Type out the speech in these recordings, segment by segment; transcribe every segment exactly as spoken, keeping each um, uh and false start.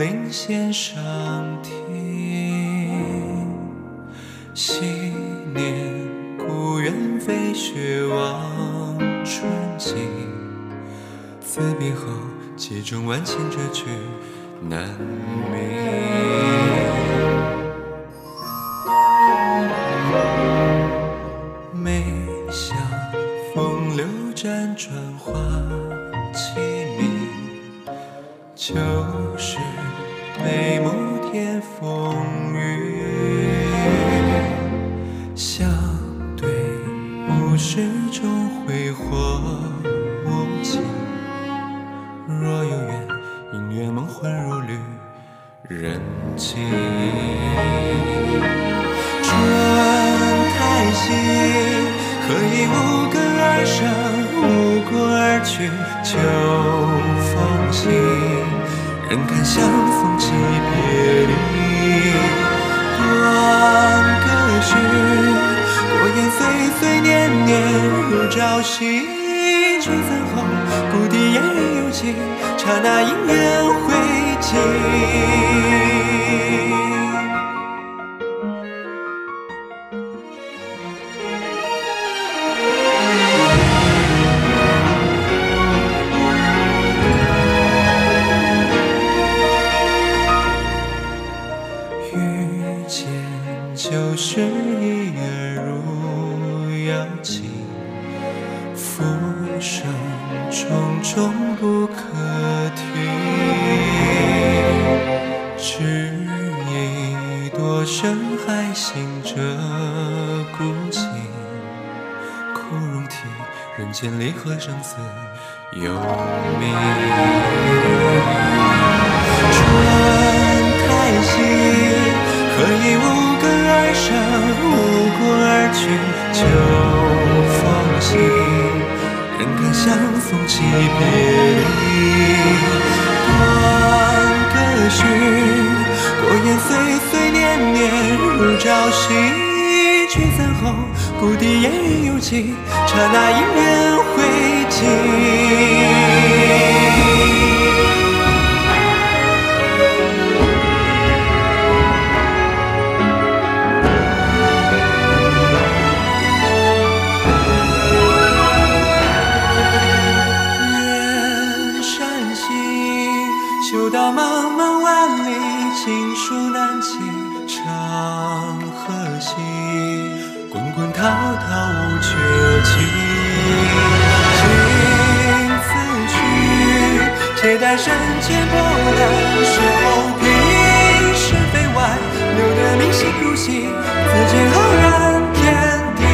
铃弦上听，昔年故园飞雪望春景，自别后其中万千折曲难明。梅香风流辗转花期明，旧时眉目添风雨，相对物是终挥霍无尽。若有缘，因缘梦魂如旅人境。春太息，何以无根而生，无果而去，秋风起，人看相逢即别离。断歌序，过眼岁岁年年如朝夕，聚散后故地嫣然有情，刹那因缘会尽。遇见旧时一儿如瑶琴，浮生种种不可听，只一朵深海醒着孤寂，枯荣啼，人间离合生死有命。春太息，何以无根而生，无果而去，秋风起，人看相逢即别离。断歌序，过眼岁岁年年如朝夕，聚散后故地嫣然有情，刹那因缘会尽。修道茫茫万里，经书难尽长河西，滚滚滔滔无绝期。经此去，且待人间波澜，是后平是非外，留得明心如洗，自见浩然天地。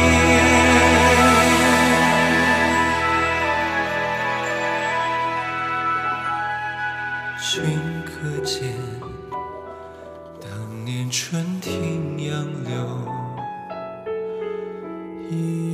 君可见，当年春庭杨柳。